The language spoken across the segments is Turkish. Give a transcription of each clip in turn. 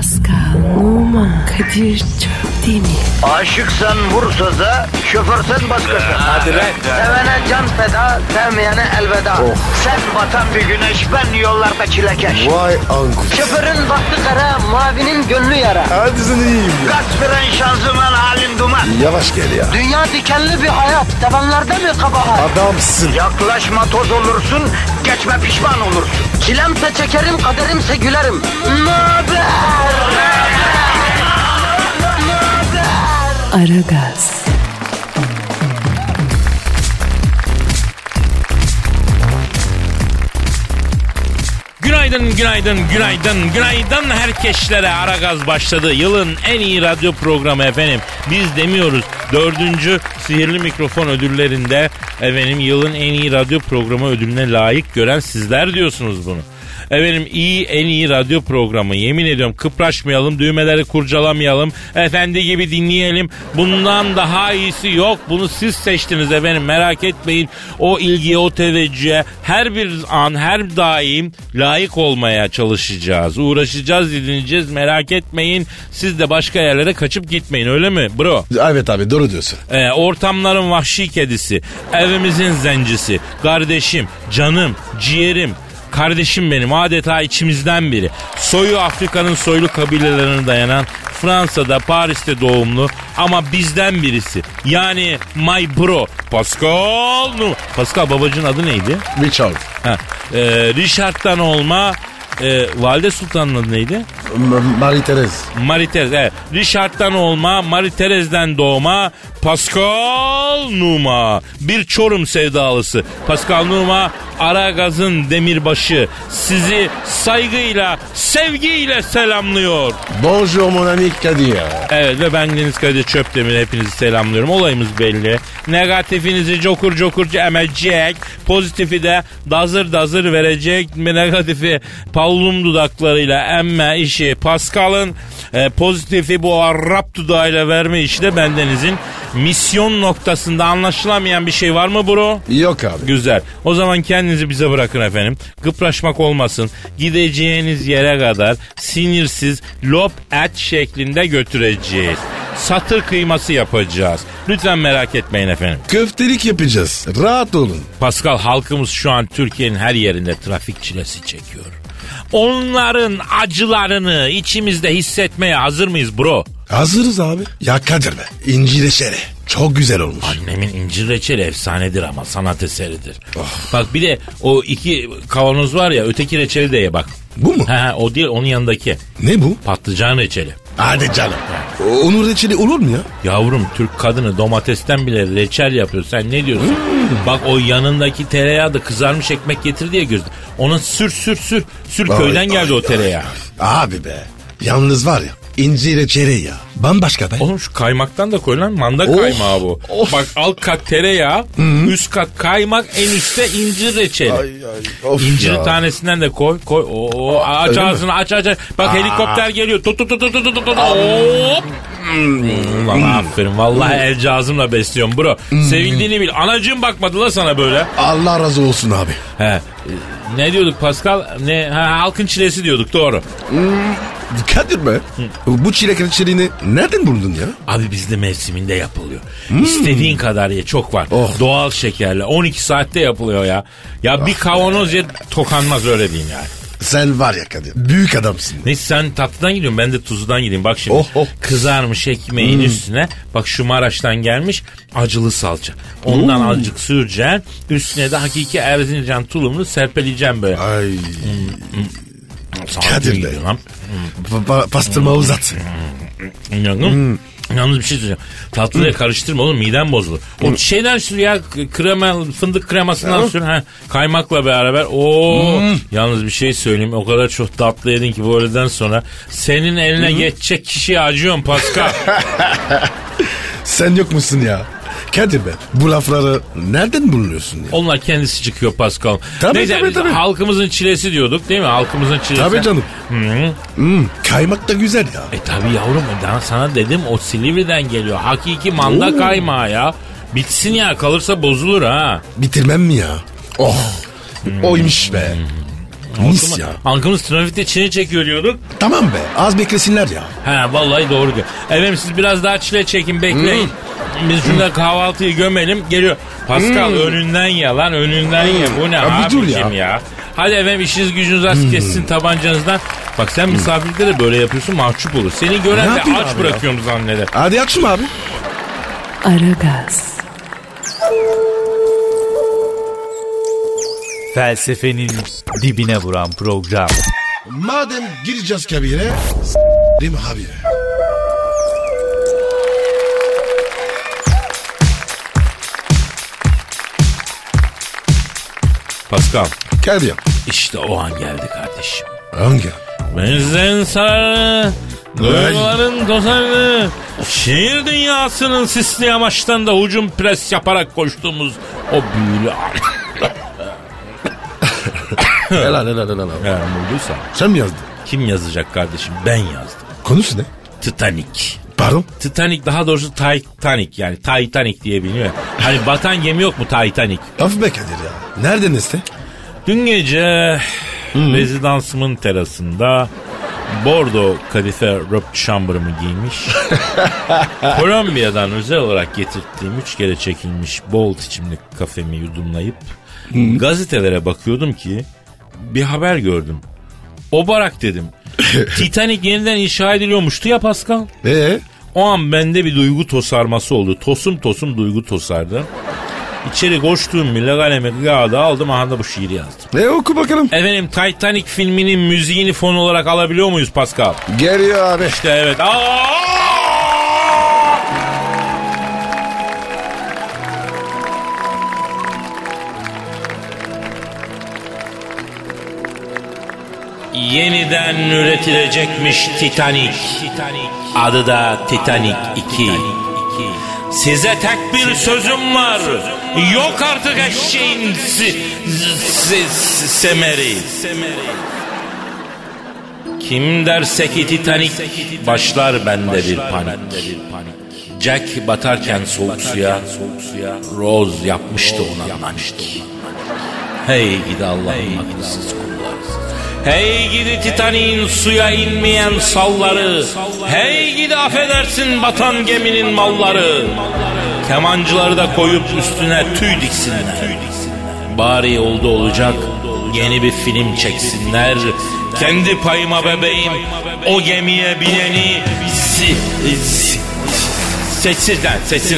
Pascal, Oman, Kadir çok değil mi? Aşıksan vursa da, şoförsen başkasın. Hadi lan. Sevene can feda, sevmeyene elveda. Sen batan bir güneş, ben yollarda çilekeş. Vay anku. Şoförün baktı kara, mavinin gönlü yara. Hadi sen iyiyim ya. Kasperen şanzıman halin duman. Yavaş gel ya. Dünya dikenli bir hayat, sevenlerde mi kabahar? Adamsın. Yaklaşma toz olursun, geçme pişman olursun. Çilemse çekerim, kaderimse gülerim. Möber! Aragaz. Günaydın herkeşlere. Aragaz başladı. Yılın en iyi radyo programı efendim. Biz demiyoruz. 4. Sihirli Mikrofon ödüllerinde efendim yılın en iyi radyo programı ödülüne layık gören sizler diyorsunuz bunu. Efendim en iyi radyo programı. Yemin ediyorum kıpraşmayalım, düğmeleri kurcalamayalım. Efendi gibi dinleyelim. Bundan daha iyisi yok. Bunu siz seçtiniz efendim. Merak etmeyin. O ilgiye, o teveccühe her bir an, her daim layık olmaya çalışacağız. Uğraşacağız, dinleyeceğiz. Merak etmeyin. Siz de başka yerlere kaçıp gitmeyin. Öyle mi bro? Evet abi, doğru diyorsun. Ortamların vahşi kedisi, evimizin zencisi, kardeşim, canım, ciğerim, kardeşim benim, adeta içimizden biri. Soyu Afrika'nın soylu kabilelerine dayanan, Fransa'da, Paris'te doğumlu ama bizden birisi. Yani my bro Pascal. Pascal, babacığın adı neydi? Richard. Richard'dan olma. Valide Sultan'ın adı neydi? Marie Therese. Marie Therese, evet. Richard'dan olma, Marie Therese'den doğma Pascal Numa. Bir Çorum sevdalısı. Pascal Numa, Aragaz'ın demirbaşı. Sizi saygıyla, sevgiyle selamlıyor. Bonjour mon ami Kadir. Evet, ve ben Deniz Kadir Çöptemir, hepinizi selamlıyorum. Olayımız belli. Negatifinizi cokur emecek. Pozitifi de dazır verecek. Negatifi pavlum dudaklarıyla emme işi Pascal'ın, pozitifi bu Arap dudağıyla verme işi de bendenizin. Misyon noktasında anlaşılamayan bir şey var mı bro? Yok abi. Güzel. O zaman kendinizi bize bırakın efendim. Gıpraşmak olmasın. Gideceğiniz yere kadar sinirsiz lob et şeklinde götüreceğiz. Satır kıyması yapacağız. Lütfen merak etmeyin efendim. Köftelik yapacağız. Rahat olun. Pascal, halkımız şu an Türkiye'nin her yerinde trafik çilesi çekiyor. Onların acılarını içimizde hissetmeye hazır mıyız bro? Hazırız abi. Ya Kadir be, incir reçeli çok güzel olmuş. Annemin incir reçeli efsanedir ama sanat eseridir. Bak bir de o iki kavanoz var ya, öteki reçeli de ye bak. Bu mu? O değil, onun yanındaki. Ne bu? Patlıcan reçeli. Hadi canım. Onun reçeli olur mu ya? Yavrum, Türk kadını domatesten bile reçel yapıyor. Sen ne diyorsun? Bak o yanındaki tereyağı da kızarmış ekmek getir diye gözü. Ona sür köyden geldi o tereyağı. Abi be. Yalnız var ya, incir reçeli ya. Bambaşka be. Oğlum şu kaymaktan da koy lan, manda kaymağı bu. Bak alt kat tereyağı, üst kat kaymak, en üstte incir reçeli. İncir tanesinden de koy. Aç ağzını, aç. Bak helikopter geliyor. Tut. Hop. Ulan aferin. Vallahi el cazımla besliyorum bro. Sevildiğini bil. Anacığım bakmadı la sana böyle. Allah razı olsun abi. Ne diyorduk Pascal? Halkın çilesi diyorduk, doğru. Kadir be. Bu çilek reçelini nereden buldun ya? Abi bizde mevsiminde yapılıyor. İstediğin kadar ye, çok var. Doğal şekerle 12 saatte yapılıyor ya. Ya bir kavanoz ye tokanmaz, öyle diyeyim yani. Sen var ya Kadir, büyük adamsın. Neyse, sen tatlıdan gidiyorsun, ben de tuzludan gideyim. Bak şimdi kızarmış ekmeğin üstüne bak şu Maraş'tan gelmiş acılı salça. Ondan azıcık süreceksin. Üstüne de hakiki Erzincan tulumunu serpeleyeceğim böyle. Ay. Kadir be. Pastırma uzat. Yalnız bir şey söyleyeceğim. Tatlıyla karıştırma oğlum, midem bozulur. O şeyden sür ya, fındık kremasından sür. Kaymakla beraber. Yalnız bir şey söyleyeyim. O kadar çok tatlı yedin ki bu öğleden sonra senin eline geçecek kişiye acıyorum Pascal. Sen yok musun ya? Kadir be, bu lafları nereden bulunuyorsun ya? Onlar kendisi çıkıyor Pascal. Tabii. Halkımızın çilesi diyorduk değil mi? Halkımızın çilesi. Tabii canım. Kaymak da güzel ya. Tabii yavrum, ben sana dedim o Silivri'den geliyor. Hakiki manda kaymağı ya. Bitsin ya, kalırsa bozulur ha. Bitirmem mi ya? Oymuş be. Mis ya. Halkımız trafikte çile çekiyor diyorduk. Tamam be az beklesinler ya. Ha vallahi doğru diyor. Efendim siz biraz daha çile çekin bekleyin. Biz şurada kahvaltıyı gömelim. Geliyor. Pascal önünden ya lan önünden ya. Bu ne Abi dur abicim ya. Hadi efendim işiniz gücünüz az kessin tabancanızdan. Bak sen misafirlere böyle yapıyorsun mahcup olur. Seni gören de aç bırakıyorum zanneder. Hadi açım abi. Aragaz. Felsefenin dibine vuran program. Madem gireceğiz kabire s***rim abi. Pascal. Kadir. İşte o an geldi kardeşim. Hangi? Benzen sarı, duyguların tozarlı, şehir dünyasının sisli yamaçlarında hücum pres yaparak koştuğumuz o büyülü an. Helal. Yani bulduysa. Sen mi yazdın? Kim yazacak kardeşim? Ben yazdım. Konusu ne? Titanic. Pardon? Titanic daha doğrusu Titanic yani Titanic diye biliniyor. Hani batan gemi yok mu Titanic? Af be Kadir ya. Nereden este? Dün gece rezidansımın terasında bordo kadife röp şambırımı giymiş. Kolombiya'dan özel olarak getirttiğim 3 kere çekilmiş bolt içimli kafemi yudumlayıp gazetelere bakıyordum ki bir haber gördüm. O barak dedim. Titanic yeniden inşa ediliyormuştu ya Pascal. O an bende bir duygu tosarması oldu. Tosum duygu tosardı. İçeri koştuğum bile kalemi kağıda aldım. Aha da bu şiiri yazdım. Oku bakalım. Efendim Titanic filminin müziğini fon olarak alabiliyor muyuz Pascal? Geliyor abi. İşte evet. Yeniden üretilecekmiş Titanic. Adı da Titanic 2. Size tek bir sözüm var. Yok artık eşeğin semeri. Kim derse ki Titanic başlar bende bir panik. Jack batarken soğuk suya Rose yapmıştı ona nanik. Hey gidi Allah'ın haklısız kulları. Hey gidi Titanic'in suya inmeyen salları. Hey gidi affedersin batan geminin malları. Kemancıları da koyup üstüne tüy diksinler. Bari oldu olacak yeni bir film çeksinler. Kendi payıma bebeğim o gemiye bineni seçsinler.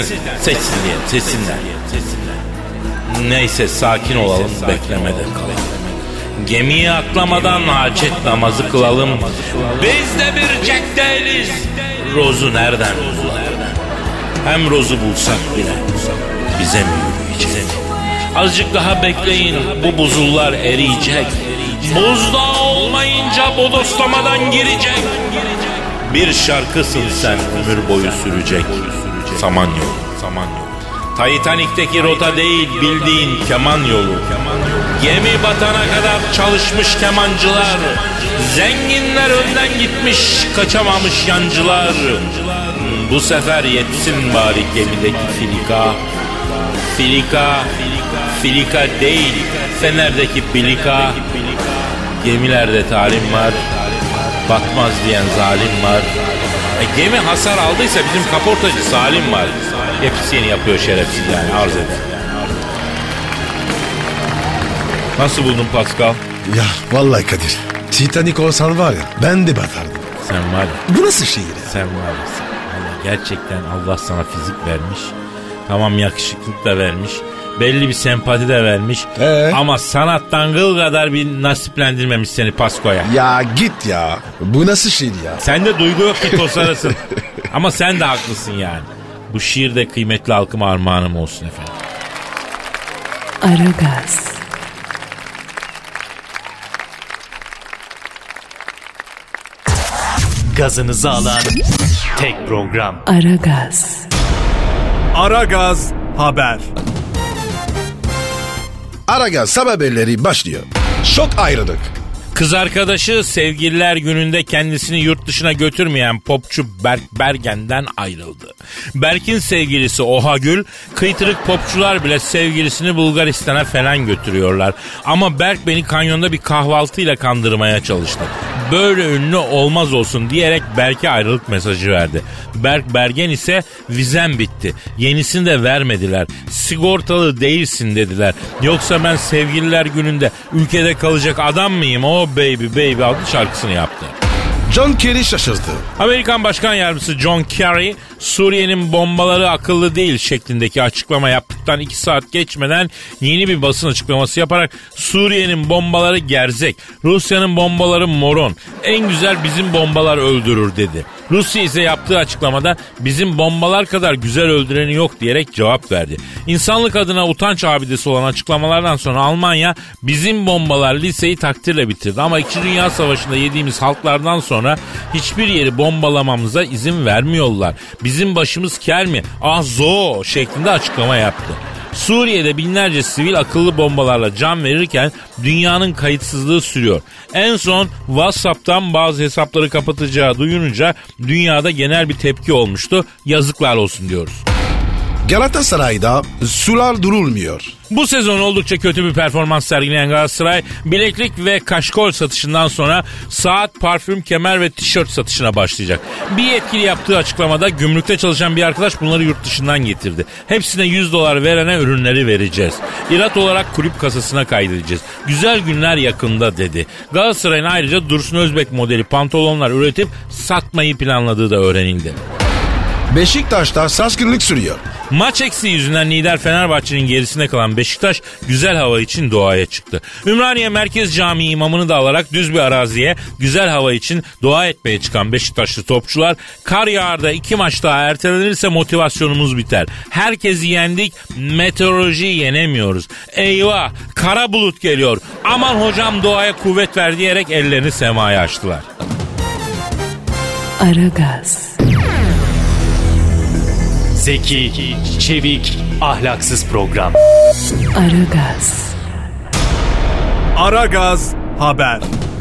Neyse sakin olalım beklemede kalalım. Gemiye atlamadan hacet namazı kılalım. Biz de bir Jack değiliz. Rose'u nereden bulalım? Hem Rose'u bulsak bile bize mi yürüyecek? Azıcık daha bekleyin bu buzullar eriyecek. Buzdağı olmayınca bodoslamadan girecek. Bir şarkısın sen ömür boyu sürecek. Samanyolu. Titanic'teki rota değil bildiğin keman yolu. Gemi batana kadar çalışmış kemancılar. Zenginler önden gitmiş kaçamamış yancılar. Bu sefer yetsin bari gemideki filika değil Fener'deki bilika. Gemilerde talim var, batmaz diyen zalim var. Gemi hasar aldıysa bizim kaportacı Salim var. Hepsini yapıyor şerefsiz yani arz eder. Nasıl buldun Pascal? Ya vallahi Kadir. Titanic olsan var ya ben de batardım. Sen var ya. Bu nasıl şiir ya? Sen var ya. Gerçekten Allah sana fizik vermiş. Tamam yakışıklık da vermiş. Belli bir sempati de vermiş. Ama sanattan gıl kadar bir nasiplendirmemiş seni Pasko'ya. Ya git ya. Bu nasıl şiir ya? Sende duygu yok ki tosarasın. Ama sen de haklısın yani. Bu şiir de kıymetli halkıma armağanım olsun efendim. Aragaz. Gazınızı alan tek program. Aragaz. Aragaz Haber. Aragaz sabah haberleri başlıyor. Şok ayrılık. Kız arkadaşı sevgililer gününde kendisini yurt dışına götürmeyen popçu Berk Bergen'den ayrıldı. Berk'in sevgilisi Oha Gül, kıytırık popçular bile sevgilisini Bulgaristan'a falan götürüyorlar. Ama Berk beni kanyonda bir kahvaltıyla kandırmaya çalıştı. Böyle ünlü olmaz olsun diyerek Berk'e ayrılık mesajı verdi. Berk Bergen ise vizem bitti. Yenisini de vermediler. Sigortalı değilsin dediler. Yoksa ben sevgililer gününde ülkede kalacak adam mıyım? Oh baby baby adlı şarkısını yaptı. John Kerry şaşırdı. Amerikan Başkan Yardımcısı John Kerry, Suriye'nin bombaları akıllı değil şeklindeki açıklama yaptıktan 2 saat geçmeden yeni bir basın açıklaması yaparak Suriye'nin bombaları gerzek, Rusya'nın bombaları moron, en güzel bizim bombalar öldürür dedi. Rusya ise yaptığı açıklamada bizim bombalar kadar güzel öldüreni yok diyerek cevap verdi. İnsanlık adına utanç abidesi olan açıklamalardan sonra Almanya bizim bombalar liseyi takdirle bitirdi. Ama 2. Dünya Savaşı'nda yediğimiz halklardan sonra hiçbir yeri bombalamamıza izin vermiyorlar. Bizim başımız kel mi? Ah zo şeklinde açıklama yaptı. Suriye'de binlerce sivil akıllı bombalarla can verirken dünyanın kayıtsızlığı sürüyor. En son WhatsApp'tan bazı hesapları kapatacağı duyunca dünyada genel bir tepki olmuştu. Yazıklar olsun diyoruz. Galatasaray'da sular durulmuyor. Bu sezon oldukça kötü bir performans sergileyen Galatasaray, bileklik ve kaşkol satışından sonra saat, parfüm, kemer ve tişört satışına başlayacak. Bir yetkili yaptığı açıklamada gümrükte çalışan bir arkadaş bunları yurt dışından getirdi. Hepsine $100 verene ürünleri vereceğiz. İrat olarak kulüp kasasına kaydedeceğiz. Güzel günler yakında dedi. Galatasaray'ın ayrıca Dursun Özbek modeli pantolonlar üretip satmayı planladığı da öğrenildi. Beşiktaş'ta saskınlık sürüyor. Maç eksiği yüzünden lider Fenerbahçe'nin gerisinde kalan Beşiktaş güzel hava için doğaya çıktı. Ümraniye Merkez Camii imamını da alarak düz bir araziye güzel hava için dua etmeye çıkan Beşiktaşlı topçular kar yağar da 2 maç daha ertelenirse motivasyonumuz biter. Herkesi yendik, meteorolojiyi yenemiyoruz. Eyvah, kara bulut geliyor. Aman hocam doğaya kuvvet ver diyerek ellerini semaya açtılar. Aragaz. Zeki, çevik, ahlaksız program. Aragaz. Aragaz haber.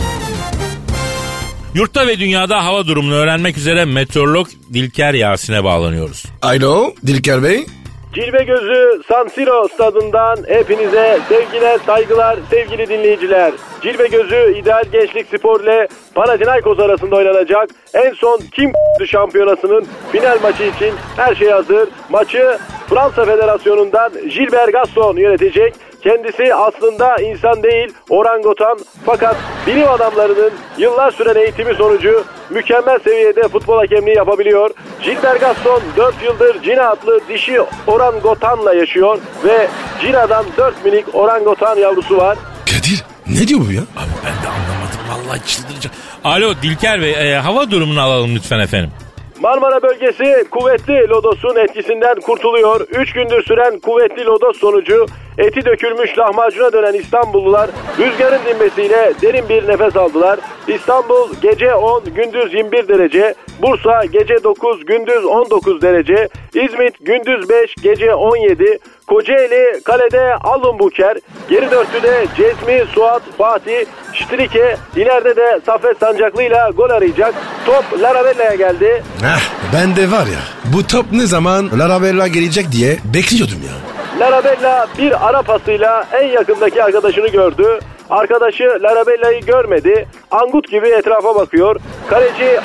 Yurtta ve dünyada hava durumunu öğrenmek üzere meteorolog Dilker Yasin'e bağlanıyoruz. Alo Dilker Bey. Cilve Gözü San Siro stadından hepinize sevgiler, saygılar sevgili dinleyiciler. Cilve Gözü İdeal Gençlik Spor ile Panathinaikos arasında oynanacak en son Kim şampiyonasının final maçı için her şey hazır. Maçı Fransa Federasyonu'ndan Gilbert Gaston yönetecek. Kendisi aslında insan değil, orangutan, fakat bilim adamlarının yıllar süren eğitimi sonucu mükemmel seviyede futbol hakemliği yapabiliyor. Gilbert Gaston 4 yıldır Gina adlı dişi orangutanla yaşıyor ve Gina'dan 4 minik orangutan yavrusu var. Kadir ne diyor bu ya? Abi ben de anlamadım vallahi çıldıracağım. Alo Dilker Bey hava durumunu alalım lütfen efendim. Marmara bölgesi kuvvetli lodosun etkisinden kurtuluyor. 3 gündür süren kuvvetli lodos sonucu eti dökülmüş lahmacuna dönen İstanbullular rüzgarın dinmesiyle derin bir nefes aldılar. İstanbul gece 10 gündüz 21 derece, Bursa gece 9 gündüz 19 derece, İzmit gündüz 5 gece 17, Kocaeli kalede Allumbuker, geri dörtlüde Cezmi, Suat, Fatih, Ştrike, ileride de Saffet Sancaklı'yla gol arayacak. Top Larabella'ya geldi. Ben de var ya bu top ne zaman Larabella gelecek diye bekliyordum ya. Larabella bir ara pasıyla en yakındaki arkadaşını gördü. Arkadaşı Larabella'yı görmedi. Angut gibi etrafa bakıyor. Kaleci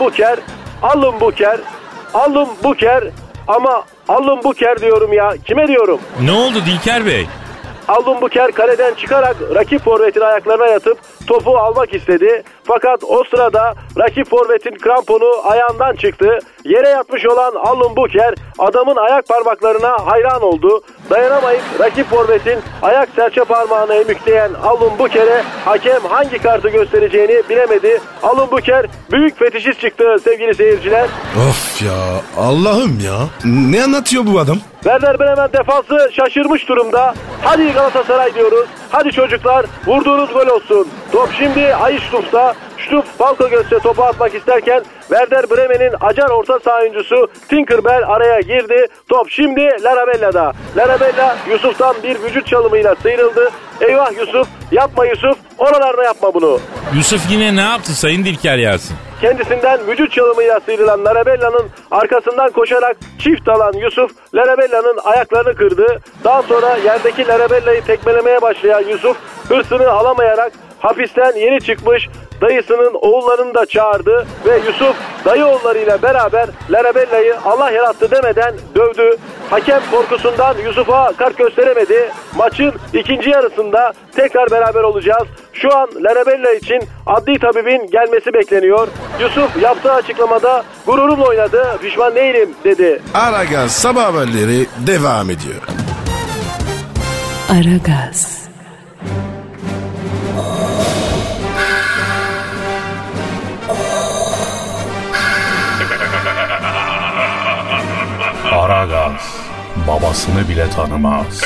Allumbuker ama Allumbuker diyorum ya. Kime diyorum? Ne oldu Dilker Bey? Allumbuker kaleden çıkarak rakip forvetin ayaklarına yatıp topu almak istedi. Fakat o sırada rakip forvetin kramponu ayağından çıktı. Yere yatmış olan Allumbuker adamın ayak parmaklarına hayran oldu. Dayanamayıp rakip forvetin ayak serçe parmağını emükleyen Allumbuker'e hakem hangi kartı göstereceğini bilemedi. Allumbuker büyük fetişist çıktı sevgili seyirciler. Of ya Allah'ım ya. Ne anlatıyor bu adam? Werder Bremen defansı şaşırmış durumda. Hadi Galatasaray diyoruz. Hadi çocuklar, vurduğunuz gol olsun. Top şimdi Ayştuf'ta. Ştuf Falco Göğs'e topu atmak isterken Werder Bremen'in acar orta saha oyuncusu Tinkerbell araya girdi. Top şimdi Larabella'da. Larabella Yusuf'tan bir vücut çalımıyla sıyrıldı. Eyvah Yusuf, yapma Yusuf, oralarda yapma bunu. Yusuf yine ne yaptı Sayın Dilker Yasin? Kendisinden vücut çalımıyla sıyrılan Larabella'nın arkasından koşarak çift alan Yusuf, Larabella'nın ayaklarını kırdı. Daha sonra yerdeki Larabella'yı tekmelemeye başlayan Yusuf hırsını alamayarak hapisten yeni çıkmış dayısının oğullarını da çağırdı ve Yusuf dayı oğullarıyla beraber Larabella'yı Allah yarattı demeden dövdü. Hakem korkusundan Yusuf'a kart gösteremedi. Maçın ikinci yarısında tekrar beraber olacağız. Şu an Larabella için adli tabibin gelmesi bekleniyor. Yusuf yaptığı açıklamada gururumla oynadı, pişman değilim dedi. Aragaz sabah haberleri devam ediyor. Aragaz. Aragaz babasını bile tanımaz.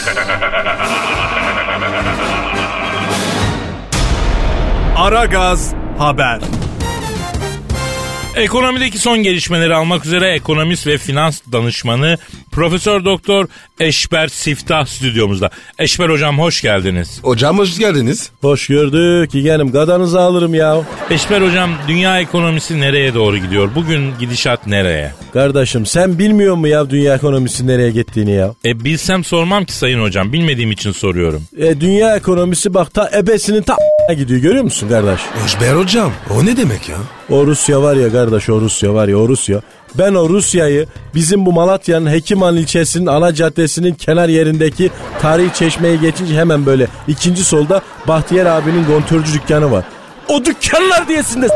Aragaz haber. Ekonomideki son gelişmeleri almak üzere ekonomist ve finans danışmanı Profesör Doktor Eşber Siftah stüdyomuzda. Eşber hocam hoş geldiniz. Hocam hoş geldiniz. Hoş gördük. Yeğenim gadanızı alırım ya. Eşber hocam dünya ekonomisi nereye doğru gidiyor? Bugün gidişat nereye? Kardeşim sen bilmiyor mu ya dünya ekonomisi nereye gittiğini ya? Bilsem sormam ki sayın hocam. Bilmediğim için soruyorum. Dünya ekonomisi bak ta ebesinin ta gidiyor, görüyor musun kardeş? Eşber hocam o ne demek ya? O Rusya var ya kardeş, o Rusya var ya, o Rusya. Ben o Rusya'yı bizim bu Malatya'nın Hekiman ilçesinin ana caddesinin kenar yerindeki tarihi çeşmeye geçince hemen böyle ikinci solda Bahtiyar abinin kontörcü dükkanı var. O dükkanlar diyesinde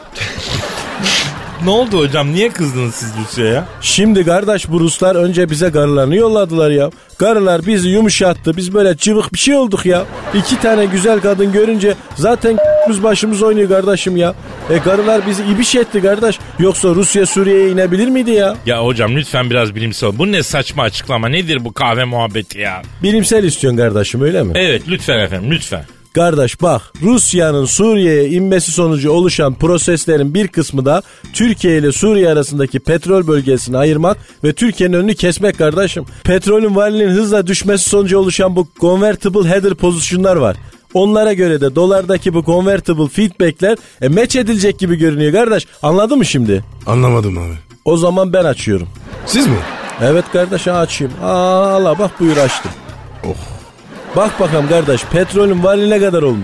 Ne oldu hocam? Niye kızdınız siz Rusya'ya? Şimdi kardeş bu Ruslar önce bize karılarını yolladılar ya. Karılar bizi yumuşattı. Biz böyle cıvık bir şey olduk ya. 2 tane güzel kadın görünce zaten başımız oynuyor kardeşim ya. Karılar bizi ibiş etti kardeş. Yoksa Rusya Suriye'ye inebilir miydi ya? Ya hocam lütfen biraz bilimsel. Bu ne saçma açıklama? Nedir bu kahve muhabbeti ya? Bilimsel istiyorsun kardeşim, öyle mi? Evet lütfen efendim lütfen. Kardeş bak, Rusya'nın Suriye'ye inmesi sonucu oluşan proseslerin bir kısmı da Türkiye ile Suriye arasındaki petrol bölgesini ayırmak ve Türkiye'nin önünü kesmek kardeşim. Petrolün varlığının hızla düşmesi sonucu oluşan bu convertible header pozisyonlar var. Onlara göre de dolardaki bu convertible feedbackler match edilecek gibi görünüyor kardeş. Anladın mı şimdi? Anlamadım abi. O zaman ben açıyorum. Siz mi? Evet kardeş, açayım. Allah bak buyur açtım. Oh. Bak bakalım kardeş, petrolün varili ne kadar olmuş?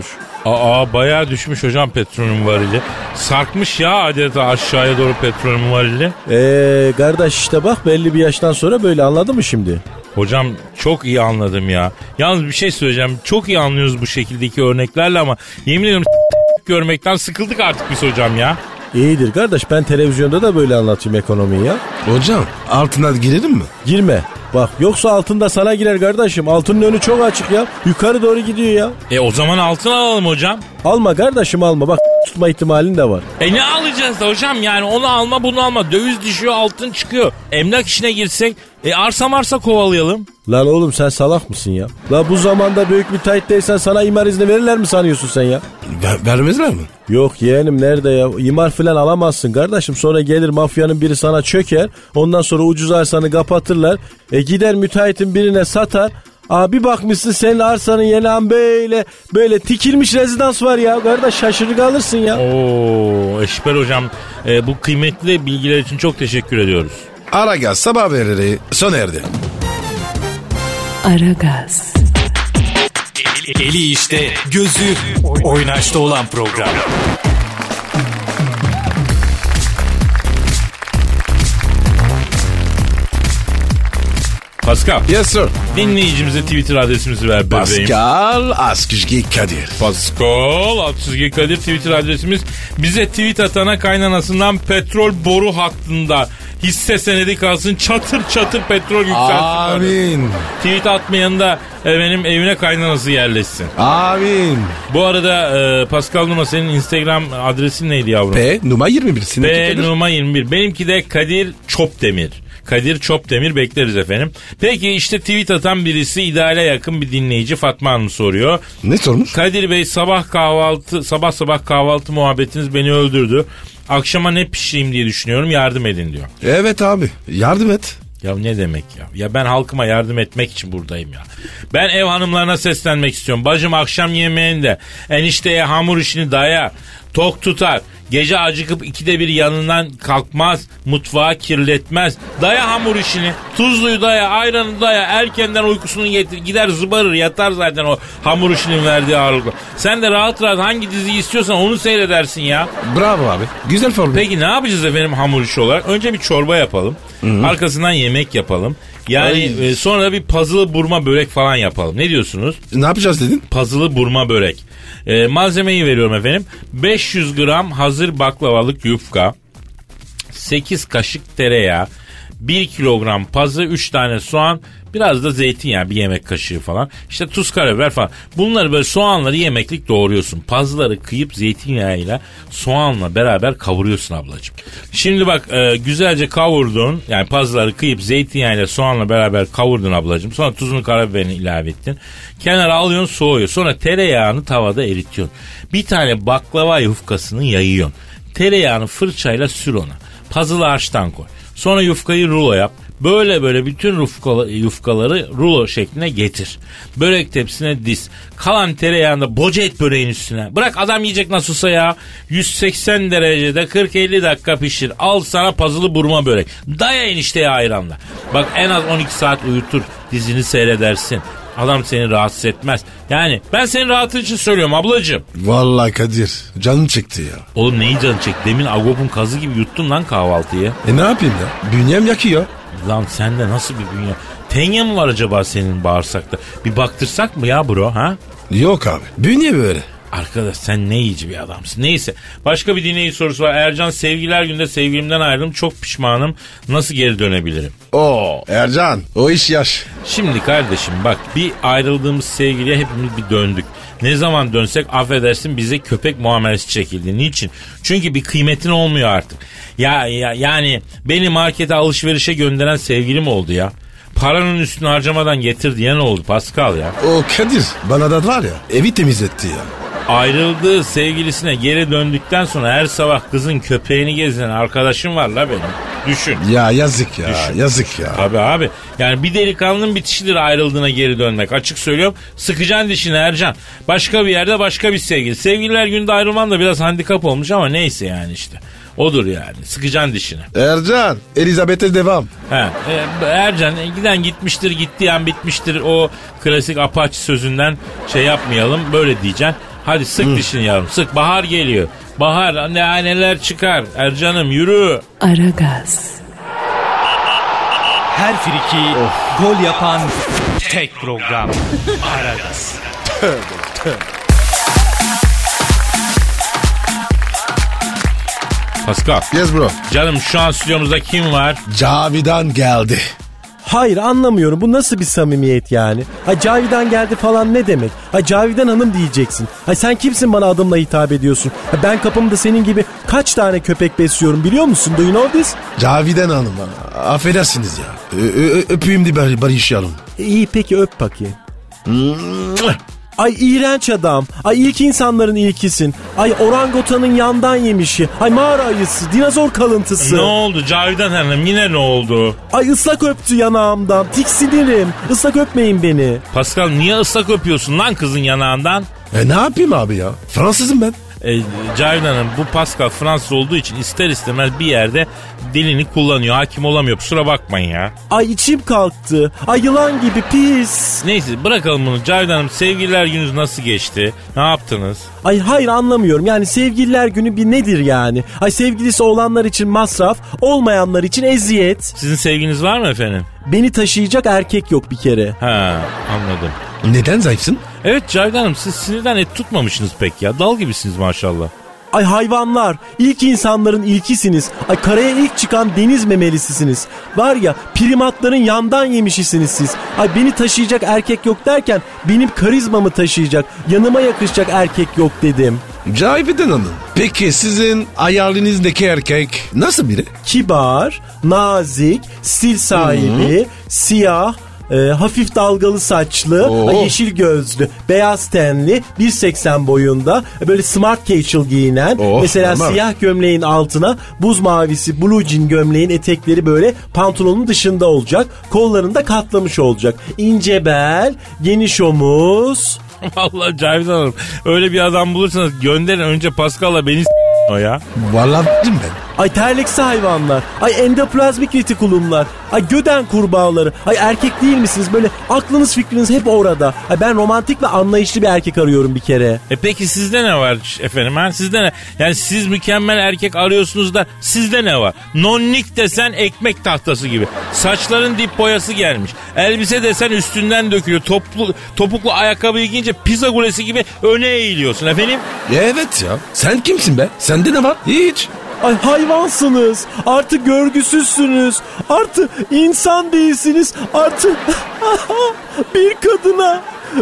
Bayağı düşmüş hocam petrolün varili. Sarkmış ya adeta aşağıya doğru petrolün varili. Kardeş işte bak, belli bir yaştan sonra böyle, anladın mı şimdi? Hocam çok iyi anladım ya. Yalnız bir şey söyleyeceğim. Çok iyi anlıyoruz bu şekildeki örneklerle ama yemin ediyorum görmekten sıkıldık artık biz hocam ya. İyidir kardeş, ben televizyonda da böyle anlatayım ekonomiyi ya. Hocam altına girelim mi? Girme. Bak yoksa altında sana girer kardeşim. Altının önü çok açık ya. Yukarı doğru gidiyor ya. O zaman altın alalım hocam. Alma kardeşim, alma. Bak tutma ihtimalin de var. Ne alacağız da hocam, yani onu alma bunu alma. Döviz düşüyor altın çıkıyor. Emlak işine girsek arsa kovalayalım. Lan oğlum sen salak mısın ya? La bu zamanda büyük müteahhitteysen sana imar izni verirler mi sanıyorsun sen ya? Vermezler mi? Yok yeğenim, nerede ya? İmar falan alamazsın kardeşim. Sonra gelir mafyanın biri sana çöker. Ondan sonra ucuz arsanı kapatırlar. Gider müteahhitin birine satar. Bir bakmışsın senin arsanın yanından böyle tikilmiş rezidans var ya. Kardeş şaşırır kalırsın ya. Eşber hocam bu kıymetli bilgiler için çok teşekkür ediyoruz. Aragaz sabah haberleri sona erdi. Aragaz. Eli işte, gözü oynaşta olan program. Pascal. Yes sir. Dinleyicimize Twitter adresimizi ver bebeğim. Pascal Askışgi Kadir. Pascal Askışgi Kadir Twitter adresimiz. Bize tweet atana kaynanasından petrol boru hattında hisse senedi kalsın, çatır çatır petrol yükselsin. Amin. Tweet atmayan da benim evine kaynanası yerleşsin. Amin. Bu arada Pascal Numa, senin Instagram adresin neydi yavrum? P numara 21. P numara 21. Benimki de Kadir Çopdemir. Kadir Çopdemir bekleriz efendim. Peki işte tweet atan birisi ideale yakın bir dinleyici Fatma Hanım soruyor. Ne sormuş? Kadir Bey sabah kahvaltı muhabbetiniz beni öldürdü. Akşama ne pişireyim diye düşünüyorum, yardım edin diyor. Evet abi, yardım et. Ya ne demek ya? Ya ben halkıma yardım etmek için buradayım ya. Ben ev hanımlarına seslenmek istiyorum. Bacım akşam yemeğinde enişteye hamur işini daya, tok tutar. Gece acıkıp 2'de 1 yanından kalkmaz, mutfağı kirletmez. Daya hamur işini, tuzluyu daya, ayranı daya, erkenden uykusunu getir. Gider zıbarır, yatar zaten o hamur işinin verdiği ağırlıkla. Sen de rahat rahat hangi diziyi istiyorsan onu seyredersin ya. Bravo abi, güzel formül. Peki ne yapacağız efendim hamur işi olarak? Önce bir çorba yapalım. Hı-hı. Arkasından yemek yapalım. Yani sonra da bir puzzle burma börek falan yapalım. Ne diyorsunuz? Ne yapacağız dedin? Puzzle burma börek. Malzemeyi veriyorum efendim. 500 gram hazır baklavalık yufka, 8 kaşık tereyağı, 1 kilogram pazı, 3 tane soğan, biraz da zeytinyağı, bir yemek kaşığı falan. İşte tuz, karabiber falan. Bunları böyle soğanları yemeklik doğruyorsun. Pazıları kıyıp zeytinyağıyla soğanla beraber kavuruyorsun ablacığım. Şimdi bak güzelce kavurdun. Yani pazıları kıyıp zeytinyağıyla soğanla beraber kavurdun ablacığım. Sonra tuzunu, karabiberini ilave ettin. Kenara alıyorsun, soğuyor. Sonra tereyağını tavada eritiyorsun. Bir tane baklava yufkasını yayıyorsun. Tereyağını fırçayla sür ona. Pazılı harçtan koy. Sonra yufkayı rulo yap. Böyle bütün yufkaları rulo şekline getir. Börek tepsisine diz. Kalan tereyağını da boca et böreğin üstüne. Bırak adam yiyecek nasılsa ya. 180 derecede 40-50 dakika pişir. Al sana puzzle'lı burma börek. Daya enişteye ayranla. Bak en az 12 saat uyutur. Dizini seyredersin. Adam seni rahatsız etmez. Yani ben senin rahatın için söylüyorum ablacığım. Vallahi Kadir canım çekti ya. Oğlum neyi canın çekti? Demin Agop'un kazı gibi yuttun lan kahvaltıyı. Ne yapayım ya? Bünyem yakıyor. Lan sende nasıl bir bünye? Tenye mi var acaba senin bağırsakta? Bir baktırsak mı ya bro ha? Yok abi. Bünye böyle. Arkadaş sen ne yiyici bir adamsın. Neyse. Başka bir dinleyici sorusu var. Ercan, sevgiler günde sevgilimden ayrıldım. Çok pişmanım. Nasıl geri dönebilirim? Oo Ercan o iş yaş. Şimdi kardeşim bak, bir ayrıldığımız sevgiliye hepimiz bir döndük. Ne zaman dönsek affedersin bize köpek muamelesi çekildi. Niçin? Çünkü bir kıymetin olmuyor artık. Yani beni markete alışverişe gönderen sevgilim oldu ya. Paranın üstünü harcamadan getir diyen oldu Pascal ya. O Kadir bana da var ya evi temizletti ya. Ayrıldığı sevgilisine geri döndükten sonra her sabah kızın köpeğini gezen arkadaşım var la benim. Düşün. Ya yazık ya. Düşün. Yazık ya. Tabii abi. Yani bir delikanlının bitişidir ayrıldığına geri dönmek. Açık söylüyorum. Sıkacaksın dişini Ercan. Başka bir yerde başka bir sevgili. Sevgililer günde ayrılman da biraz handikap olmuş ama neyse yani işte. Odur yani. Sıkacaksın dişini. Ercan, Elizabeth'e devam. Ercan giden gitmiştir, gittiği an bitmiştir. O klasik Apache sözünden şey yapmayalım. Böyle diyeceksin. Hadi sık dişini yavrum. Sık. Bahar geliyor. Bahar neler çıkar. Ercan'ım yürü. Aragaz. Her friki gol yapan tek program. Aragaz. Pascal. Yes bro. Canım şu an stüdyomuzda kim var? Cavidan geldi. Hayır anlamıyorum, bu nasıl bir samimiyet yani? Ha Cavidan geldi falan ne demek? Ha Cavidan Hanım diyeceksin. Ha sen kimsin bana adımla hitap ediyorsun? Ha ben kapımda senin gibi kaç tane köpek besliyorum biliyor musun? Do you know this? Cavidan Hanım affedersiniz ya. Öpeyim de barışalım. İyi peki öp bakayım. Ay iğrenç adam. Ay ilk insanların ilkisin. Ay orangutanın yandan yemişi. Ay mağara ayısı. Dinozor kalıntısı. Ne oldu Cavidan Hanım, yine ne oldu? Ay ıslak öptü yanağımdan. Tiksinirim. Islak öpmeyin beni. Pascal niye ıslak öpüyorsun lan kızın yanağından? Ne yapayım abi ya? Fransızım ben. Cavidan Hanım, bu Pascal Fransız olduğu için ister istemez bir yerde dilini kullanıyor. Hakim olamıyor. Kusura bakmayın ya. Ay içim kalktı. Ay yılan gibi pis. Neyse bırakalım bunu. Cavidan Hanım, sevgililer gününüz nasıl geçti? Ne yaptınız? Ay hayır anlamıyorum. Yani sevgililer günü bir nedir yani? Ay sevgilisi olanlar için masraf, olmayanlar için eziyet. Sizin sevginiz var mı efendim? Beni taşıyacak erkek yok bir kere. Ha, anladım. Neden zayıfsın? Evet Cavidan Hanım, siz sinirden et tutmamışsınız pek ya. Dal gibisiniz maşallah. Ay hayvanlar, ilk insanların ilkisiniz. Ay karaya ilk çıkan deniz memelisisiniz. Var ya primatların yandan yemişisiniz siz. Ay beni taşıyacak erkek yok derken benim karizmamı taşıyacak, yanıma yakışacak erkek yok dedim. Cahibe'den Hanım. Peki sizin hayalinizdeki erkek nasıl biri? Kibar, nazik, stil sahibi, siyah, hafif dalgalı saçlı, yeşil gözlü, beyaz tenli, 1.80 boyunda, böyle smart casual giyinen, mesela normal. siyah gömleğin altına buz mavisi blue jean gömleğin etekleri böyle pantolonun dışında olacak, kollarında katlamış olacak, ince bel, geniş omuz. Vallahi Cavidan Hanım, öyle bir adam bulursanız gönderin, önce Pascal'la beni o ya. Vallahi ben. Ay terleksi hayvanlar, ay endoplazmik retikulumlar, ay göden kurbağaları, ay erkek değil misiniz? Böyle aklınız fikriniz hep orada. Ay ben romantik ve anlayışlı bir erkek arıyorum bir kere. Peki sizde ne var efendim ha? Sizde ne? Yani siz mükemmel erkek arıyorsunuz da sizde ne var? Nonnik desen ekmek tahtası gibi. Saçların dip boyası gelmiş. Elbise desen üstünden dökülüyor. Topuklu ayakkabıyı giyince pizza kulesi gibi öne eğiliyorsun efendim. Evet ya. Sen kimsin be? Sende ne var? Hiç. Ay hayvansınız, artık görgüsüzsünüz, artık insan değilsiniz, artık bir kadına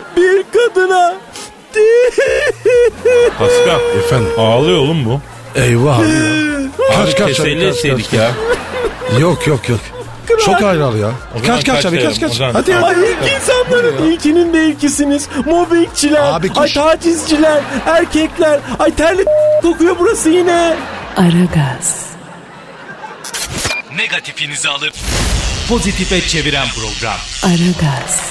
Pascal. Efendim? Ağlıyor oğlum bu. Eyvah abi ya. Abi teselli etseydik ya. Yok. Çok ayrı ya. Kaç abi kaç. Hadi. Ay ilk insanların ilkinin de ilkisiniz. Mobbingçiler, Abi, ay tacizciler, erkekler, ay terli kokuyor burası yine. Aragaz. Negatifinizi alıp pozitife çeviren program. Aragaz.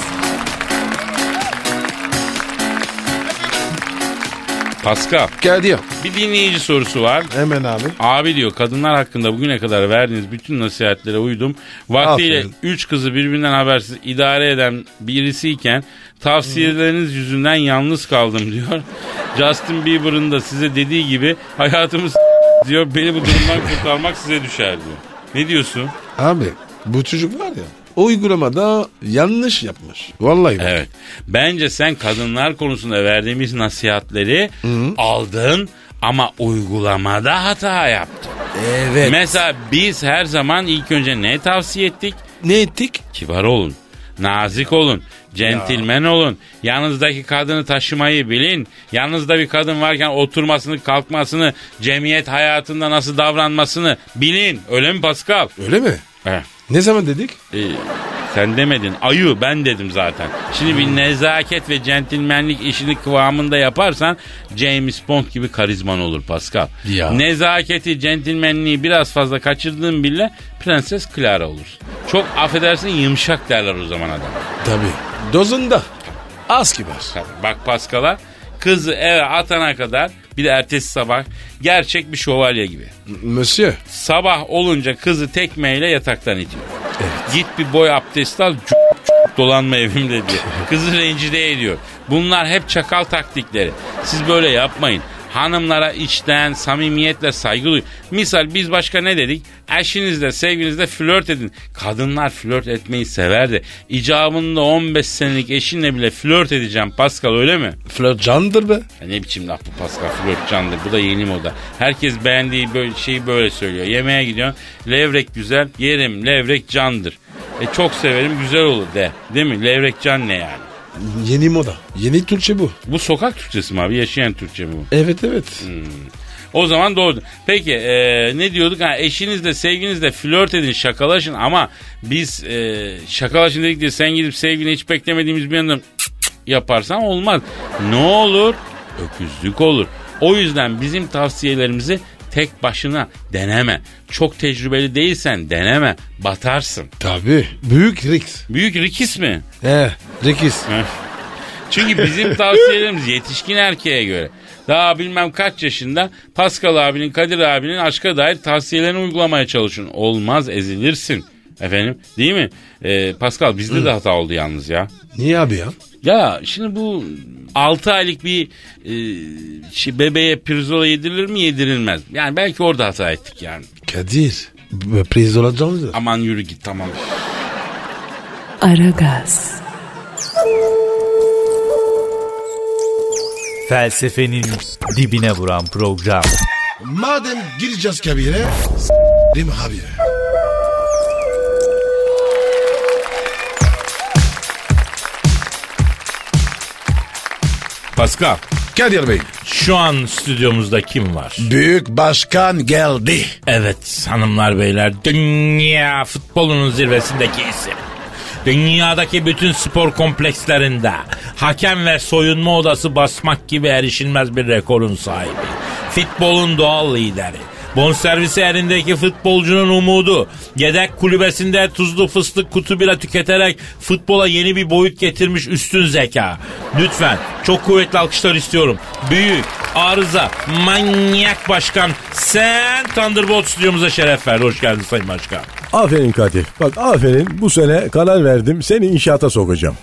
Pascal, Geldi. bir dinleyici sorusu var. Hemen abi. Abi diyor, kadınlar hakkında bugüne kadar verdiğiniz bütün nasihatlere uydum. Vaktiyle Aferin. 3 kızı birbirinden habersiz idare eden birisiyken tavsiyeleriniz yüzünden yalnız kaldım diyor. Justin Bieber'ın da size dediği gibi hayatımız diyor, beni bu durumdan kurtarmak size düşer diyor. Ne diyorsun? Abi bu çocuk var ya, o uygulamada yanlış yapmış. Vallahi bak. Evet. Bence sen kadınlar konusunda verdiğimiz nasihatleri aldın ama uygulamada hata yaptın. Evet. Mesela biz her zaman ilk önce ne tavsiye ettik? Ne ettik? Kibar olun, nazik olun, centilmen olun. Yanınızdaki kadını taşımayı bilin. Yanınızda bir kadın varken oturmasını, kalkmasını, cemiyet hayatında nasıl davranmasını bilin. Öyle mi Pascal? Öyle mi? Evet. Ne zaman dedik? Sen demedin. Ayı, ben dedim zaten. Şimdi bir nezaket ve centilmenlik işini kıvamında yaparsan James Bond gibi karizman olur Pascal. Ya. Nezaketi, centilmenliği biraz fazla kaçırdığın bile Prenses Clara olur. Çok affedersin, yumuşak derler o zaman adam. Tabii. Dozunda. Az kibar. Bak Pascal'a, kızı eve atana kadar, bir de ertesi sabah gerçek bir şövalye gibi. Monsieur. Sabah olunca kızı tekmeyle yataktan itiyor. Evet. Git bir boy abdest al, dolanma evimde diye. Kızı rencide ediyor. Bunlar hep çakal taktikleri. Siz böyle yapmayın. Hanımlara içten, samimiyetle saygı duyun. Misal biz başka ne dedik? Eşinizle, sevgilinizle flört edin. Kadınlar flört etmeyi sever de icabında 15 senelik eşinle bile flört edeceğim Pascal, öyle mi? Flört candır be. Ya ne biçim laf bu Pascal, flört candır. Bu da yeni moda. Herkes beğendiği şeyi böyle söylüyor. Yemeğe gidiyorsun, levrek güzel, yerim levrek candır. Çok severim, güzel olur de. Değil mi? Levrek can ne yani? Yeni moda. Yeni Türkçe bu. Bu sokak Türkçesi mi abi? Yaşayan Türkçe mi bu? Evet. O zaman doğru. Peki ne diyorduk? Eşinizle, sevginizle flört edin, şakalaşın ama biz şakalaşın dedik diye sen gidip sevgini hiç beklemediğimiz bir yandan yaparsan olmaz. Ne olur? Öküzlük olur. O yüzden bizim tavsiyelerimizi tek başına deneme. Çok tecrübeli değilsen deneme. Batarsın. Tabii. Büyük risk. Büyük rikis mi? Risk. Çünkü bizim tavsiyelerimiz yetişkin erkeğe göre. Daha bilmem kaç yaşında Pascal abinin, Kadir abinin aşka dair tavsiyelerini uygulamaya çalışın. Olmaz, ezilirsin. Efendim, değil mi? Pascal, bizde de hata oldu yalnız ya. Niye abi ya? Ya şimdi bu 6 aylık bir bebeğe pirzola yedirilir mi, yedirilmez? Yani belki orada hata ettik yani. Kadir, priz olacağımızdır. Aman yürü git, tamam. Aragaz. Felsefenin dibine vuran program. Madem gireceğiz kabire, değil mi abi? Pascal, Kadir Bey. Şu an stüdyomuzda kim var? Büyük başkan geldi. Evet hanımlar beyler, dünya futbolunun zirvesindeki isim. Dünyadaki bütün spor komplekslerinde hakem ve soyunma odası basmak gibi erişilmez bir rekorun sahibi. Futbolun doğal lideri. Bonservisi elindeki futbolcunun umudu. Yedek kulübesinde tuzlu fıstık kutu bile tüketerek futbola yeni bir boyut getirmiş üstün zeka. Lütfen çok kuvvetli alkışlar istiyorum. Büyük, arıza, manyak başkan, sen Thunderbolt stüdyomuza şeref verdi. Hoş geldin Sayın Başkan. Aferin Kadir. Bak aferin, bu sene karar verdim, seni inşaata sokacağım.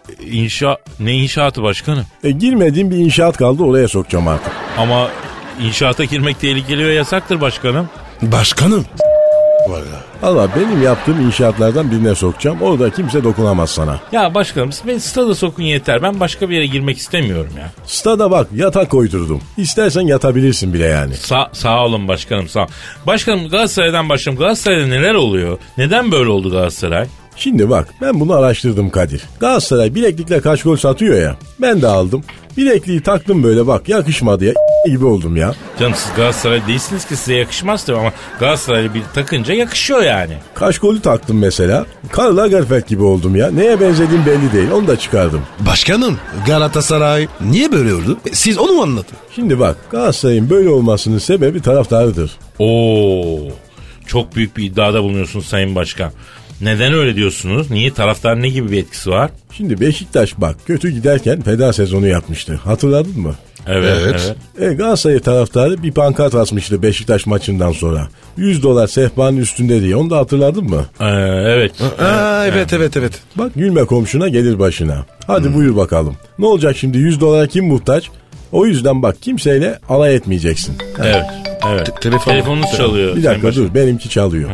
Ne inşaatı başkanım? Girmediğim bir inşaat kaldı, oraya sokacağım artık. Ama inşaata girmek tehlikeli ve yasaktır başkanım. Başkanım. Var ya. Allah, benim yaptığım inşaatlardan birine sokacağım. Orada kimse dokunamaz sana. Ya başkanım beni stada sokun yeter. Ben başka bir yere girmek istemiyorum ya. Stada bak, yatak koydurdum. İstersen yatabilirsin bile yani. Sağ olun başkanım, sağ olun. Başkanım Galatasaray'dan başlayalım. Galatasaray'da neler oluyor? Neden böyle oldu Galatasaray? Şimdi bak, ben bunu araştırdım Kadir. Galatasaray bileklikle kaç gol satıyor ya. Ben de aldım. Bilekliği taktım böyle, bak yakışmadı ya. Gibi oldum ya. Canım siz Galatasaray değilsiniz ki, size yakışmaz tabii ama Galatasaray'la bir takınca yakışıyor yani. Kaç golü taktım mesela. Karl Lagerfeld gibi oldum ya. Neye benzediğim belli değil, onu da çıkardım. Başkanım, Galatasaray niye böyle oldu? Siz onu mu anlatın? Şimdi bak, Galatasaray'ın böyle olmasının sebebi taraftarıdır. Oo, çok büyük bir iddiada bulunuyorsunuz Sayın Başkan. Neden öyle diyorsunuz? Niye, taraftarın ne gibi bir etkisi var? Şimdi Beşiktaş bak kötü giderken feda sezonu yapmıştı. Hatırladın mı? Evet. Galatasaray taraftarı bir pankart asmıştı Beşiktaş maçından sonra. $100 sehpanın üstünde diye. Onu da hatırladın mı? Evet. Evet. Bak, gülme komşuna gelir başına. Hadi buyur bakalım. Ne olacak şimdi, $100 kim muhtaç? O yüzden bak, kimseyle alay etmeyeceksin. Evet. Telefonunuz çalıyor. Bir dakika dur, benimki çalıyor.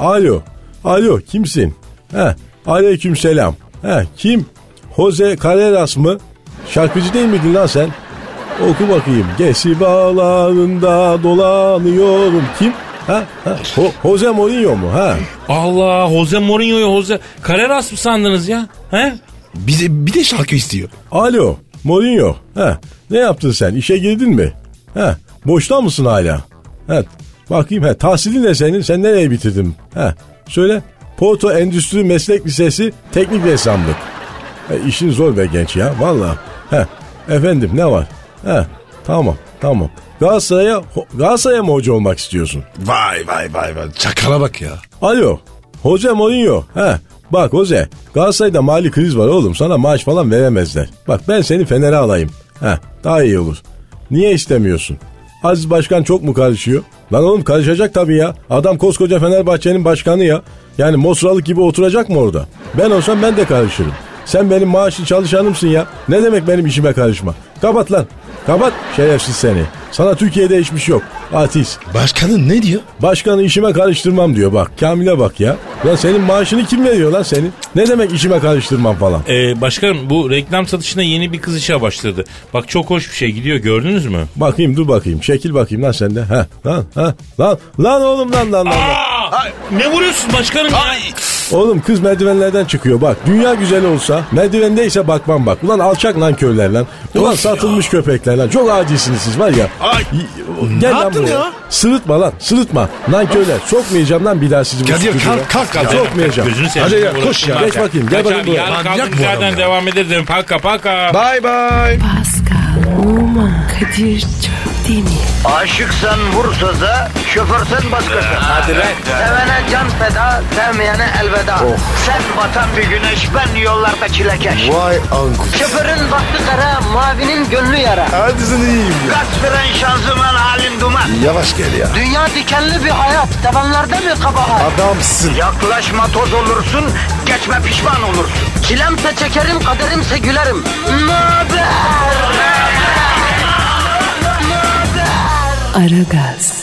Alo kimsin? Aleykümselam. Kim? Jose Carreras mı? Şarkıcı değil miydin lan sen? Oku bakayım. Gesi bağlarında dolanıyorum. Kim? Jose Mourinho mu? Allah, Jose Mourinho'yu Jose Carreras mı sandınız ya? Bize bir de şarkı istiyor. Alo Mourinho. Ne yaptın sen? İşe girdin mi? Boşta mısın hala? Bakayım, tahsilin ne senin? Sen nereye bitirdin? Söyle. Porto Endüstri Meslek Lisesi Teknik Ressamlık. İşin zor be genç ya, valla. Efendim, ne var? Tamam. Galatasaray'a mı hoca olmak istiyorsun? Vay. Çakala bak ya. Alo. Jose Mourinho. Bak Jose, Galatasaray'da mali kriz var oğlum. Sana maaş falan veremezler. Bak, ben seni Fener'e alayım. Daha iyi olur. Niye istemiyorsun? Aziz Başkan çok mu karışıyor? Lan oğlum, karışacak tabii ya. Adam koskoca Fenerbahçe'nin başkanı ya. Yani Mosralık gibi oturacak mı orada? Ben olsam ben de karışırım. Sen benim maaşlı çalışanımsın ya. Ne demek benim işime karışma? Kapat lan. Kapat, şerefsiz seni. Sana Türkiye'de hiçbir şey yok. Artist. Başkanın ne diyor? Başkanı işime karıştırmam diyor bak. Kamil'e bak ya. Lan senin maaşını kim veriyor lan senin? Ne demek işime karıştırmam falan? Başkanım, bu reklam satışında yeni bir kız işe başladı. Bak, çok hoş bir şey gidiyor, gördünüz mü? Bakayım, dur bakayım. Şekil bakayım lan sende. Lan oğlum lan. Ne vuruyorsun başkanım ya? Oğlum, kız merdivenlerden çıkıyor bak. Dünya güzeli olsa merdivendeyse bakmam bak. Ulan alçak nankörler lan. Ulan satılmış köpekler lan. Çok acilsiniz siz var ya. Gel lan buraya. Ya? Sırıtma. Nankörler. Sokmayacağım lan bir daha sizi. Kadir kalk. Sokmayacağım. Hadi ya, koş ya. Geç bakayım. Gel bakayım buraya. Yarın kaldığımız yerden devam ederiz. Paka. Bye. Pascal, Oman, Kadir çok değil mi? Aşıksan vursa da, şoförsen başkasın. Hadi lan. Sevene can feda, sevmeyene elveda. Sen batan bir güneş, ben yollarda çilekeş. Vay anku. Şoförün baktı kara, mavinin gönlü yara. Hadi sen iyiyim ya. Kasperen şanzıman halin duman. Yavaş gel ya. Dünya dikenli bir hayat, sevenlerde mi kabahar? Adamsın. Yaklaşma, toz olursun, geçme pişman olursun. Çilemse çekerim, kaderimse gülerim. Möber! Aragaz.